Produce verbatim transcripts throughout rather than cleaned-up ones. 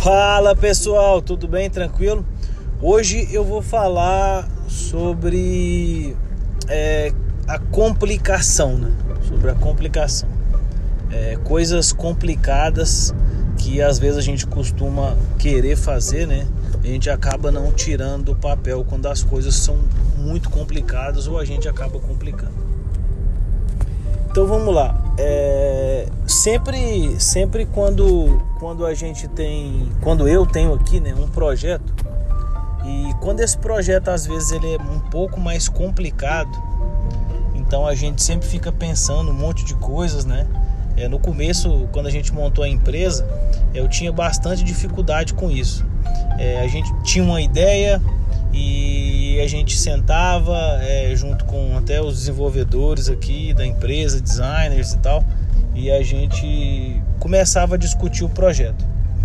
Fala pessoal, tudo bem? Tranquilo? Hoje eu vou falar sobre é, a complicação, né? Sobre a complicação. É, coisas complicadas que às vezes a gente costuma querer fazer, né? A gente acaba não tirando do papel quando as coisas são muito complicadas ou a gente acaba complicando. Então vamos lá. É, sempre, sempre quando, quando a gente tem, quando eu tenho aqui, né, um projeto, e quando esse projeto às vezes ele é um pouco mais complicado, então a gente sempre fica pensando um monte de coisas, né? É, no começo, quando a gente montou a empresa, eu tinha bastante dificuldade com isso. É, a gente tinha uma ideia e a gente sentava é, junto com até os desenvolvedores aqui da empresa, designers e tal, e a gente começava a discutir o projeto.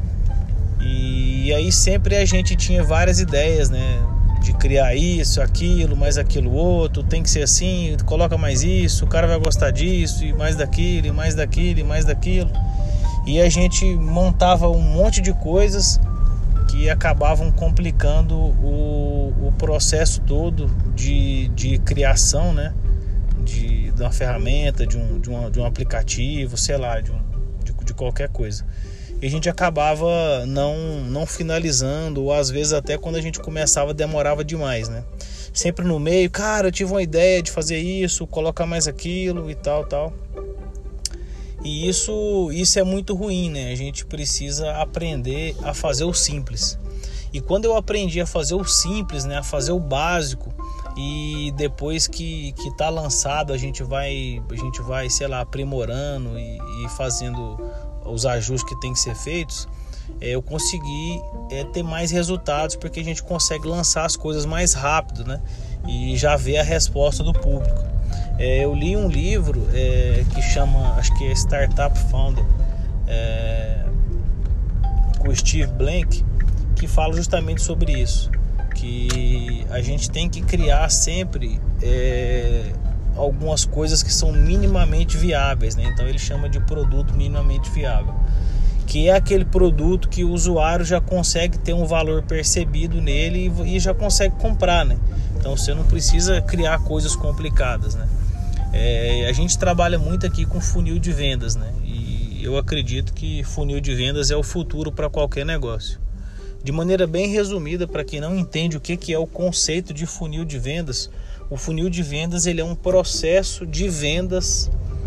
E aí sempre a gente tinha várias ideias, né? De criar isso, aquilo, mais aquilo outro, tem que ser assim, coloca mais isso, o cara vai gostar disso, e mais daquilo, e mais daquilo, e mais daquilo. E a gente montava um monte de coisas que acabavam complicando o, o processo todo de, de criação, né? De, de uma ferramenta, de um, de, uma, de um aplicativo, sei lá, de, um, de, de qualquer coisa. E a gente acabava não, não finalizando, ou às vezes até quando a gente começava demorava demais, né? Sempre no meio, cara, eu tive uma ideia de fazer isso, colocar mais aquilo e tal, tal. E isso, isso é muito ruim, né? A gente precisa aprender a fazer o simples. E quando eu aprendi a fazer o simples, né? A fazer o básico, e depois que, que tá lançado, a gente vai, a gente vai, sei lá, aprimorando e, e fazendo os ajustes que tem que ser feitos, é, eu consegui é, ter mais resultados, porque a gente consegue lançar as coisas mais rápido, né? E já ver a resposta do público. É, eu li um livro é, que chama, acho que é Startup Founder, é, com o Steve Blank, que fala justamente sobre isso, que a gente tem que criar sempre é, algumas coisas que são minimamente viáveis, né? Então ele chama de produto minimamente viável, que é aquele produto que o usuário já consegue ter um valor percebido nele e já consegue comprar, né? Então você não precisa criar coisas complicadas, né? É, a gente trabalha muito aqui com funil de vendas, né? E eu acredito que funil de vendas é o futuro para qualquer negócio. De maneira bem resumida, para quem não entende o que é o conceito de funil de vendas, o funil de vendas ele é um processo de vendas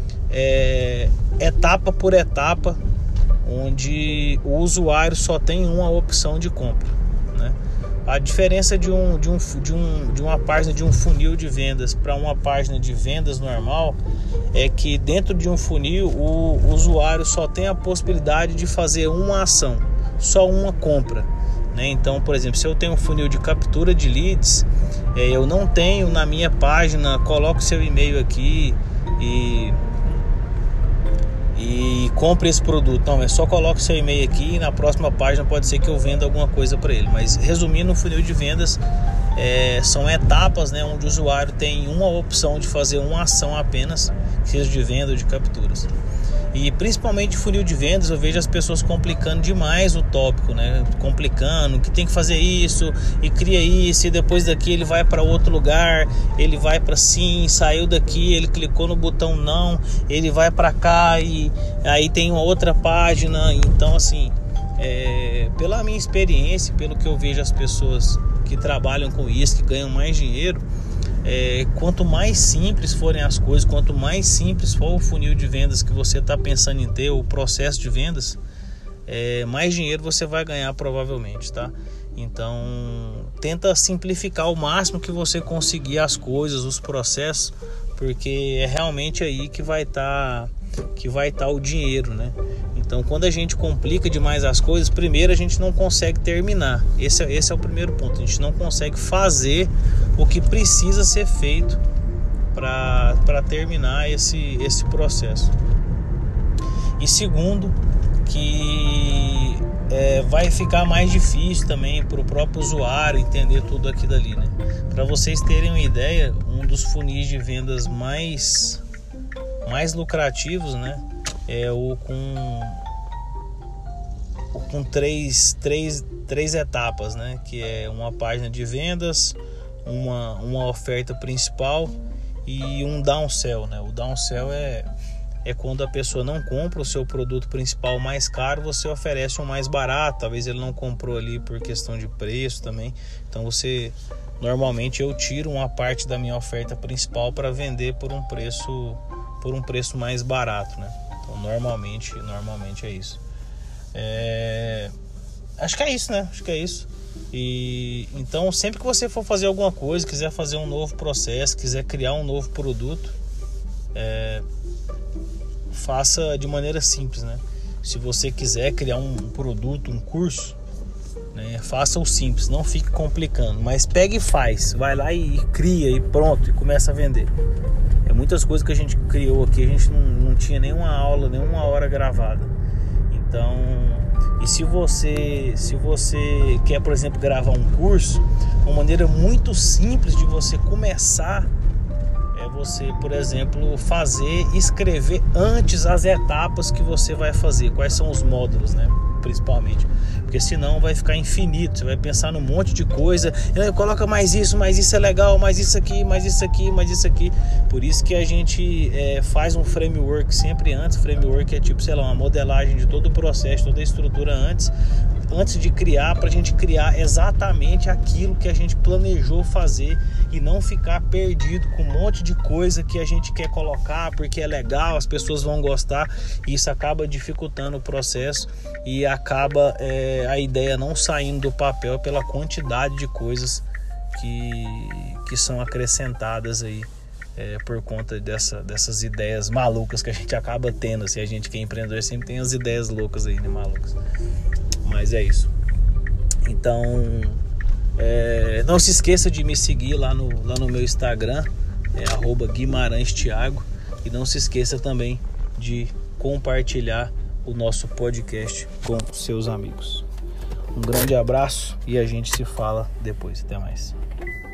é, etapa por etapa, onde o usuário só tem uma opção de compra, né? A diferença de, um, de, um, de, um, de uma página de um funil de vendas para uma página de vendas normal é que dentro de um funil o usuário só tem a possibilidade de fazer uma ação, só uma compra, né? Então, por exemplo, se eu tenho um funil de captura de leads, é, eu não tenho na minha página, coloque seu e-mail aqui e... e compre esse produto. Não, é só coloque seu e-mail aqui e na próxima página pode ser que eu venda alguma coisa para ele. Mas resumindo, o funil de vendas é, são etapas, né, onde o usuário tem uma opção de fazer uma ação apenas, seja de venda ou de capturas. E principalmente funil de vendas, eu vejo as pessoas complicando demais o tópico, né? Complicando, que tem que fazer isso e cria isso, e depois daqui ele vai para outro lugar, ele vai para sim, saiu daqui, ele clicou no botão não, ele vai para cá e aí tem uma outra página. Então assim, é, pela minha experiência, pelo que eu vejo as pessoas que trabalham com isso, que ganham mais dinheiro, É, quanto mais simples forem as coisas, quanto mais simples for o funil de vendas que você está pensando em ter, o processo de vendas, é, mais dinheiro você vai ganhar provavelmente, tá? Então tenta simplificar o máximo que você conseguir as coisas, os processos, porque é realmente aí que vai estar que vai estar o dinheiro, né? Então quando a gente complica demais as coisas, primeiro a gente não consegue terminar. Esse é, esse é o primeiro ponto. A gente não consegue fazer o que precisa ser feito para terminar esse, esse processo. E segundo, que é, vai ficar mais difícil também para o próprio usuário entender tudo aquilo ali, né? Para vocês terem uma ideia, um dos funis de vendas mais, mais lucrativos, né, é o com com três, três, três etapas, né? Que é uma página de vendas, uma, uma oferta principal e um downsell, né? O downsell é, é quando a pessoa não compra o seu produto principal mais caro, você oferece um mais barato. Talvez ele não comprou ali por questão de preço também. Então você, normalmente eu tiro uma parte da minha oferta principal para vender por um preço, por um preço mais barato, né? Então normalmente, normalmente é isso. É... Acho que é isso, né? Acho que é isso. E então, sempre que você for fazer alguma coisa, quiser fazer um novo processo, quiser criar um novo produto, é... faça de maneira simples, né? Se você quiser criar um produto, um curso, né, faça o simples, não fique complicando, mas pega e faz, vai lá e cria e pronto, e começa a vender. É muitas coisas que a gente criou aqui, a gente não, não tinha nenhuma aula, nenhuma hora gravada. Então, e se você, se você quer, por exemplo, gravar um curso, uma maneira muito simples de você começar é você, por exemplo, fazer, escrever antes as etapas que você vai fazer, quais são os módulos, né? Principalmente, porque senão vai ficar infinito, você vai pensar num monte de coisa, coloca mais isso, mais isso é legal, mais isso aqui, mais isso aqui, mais isso aqui. Por isso que a gente é, faz um framework sempre antes. Framework é tipo, sei lá, uma modelagem de todo o processo, toda a estrutura antes antes de criar, para a gente criar exatamente aquilo que a gente planejou fazer e não ficar perdido com um monte de coisa que a gente quer colocar porque é legal, as pessoas vão gostar, e isso acaba dificultando o processo e acaba é, a ideia não saindo do papel pela quantidade de coisas que, que são acrescentadas aí é, por conta dessa, dessas ideias malucas que a gente acaba tendo. Assim, a gente que é empreendedor sempre tem as ideias loucas aí, né, malucas. Mas é isso. Então, é, não se esqueça de me seguir lá no, lá no meu Instagram, é arroba Guimarães Thiago, e não se esqueça também de compartilhar o nosso podcast com seus amigos. Um grande abraço e a gente se fala depois. Até mais.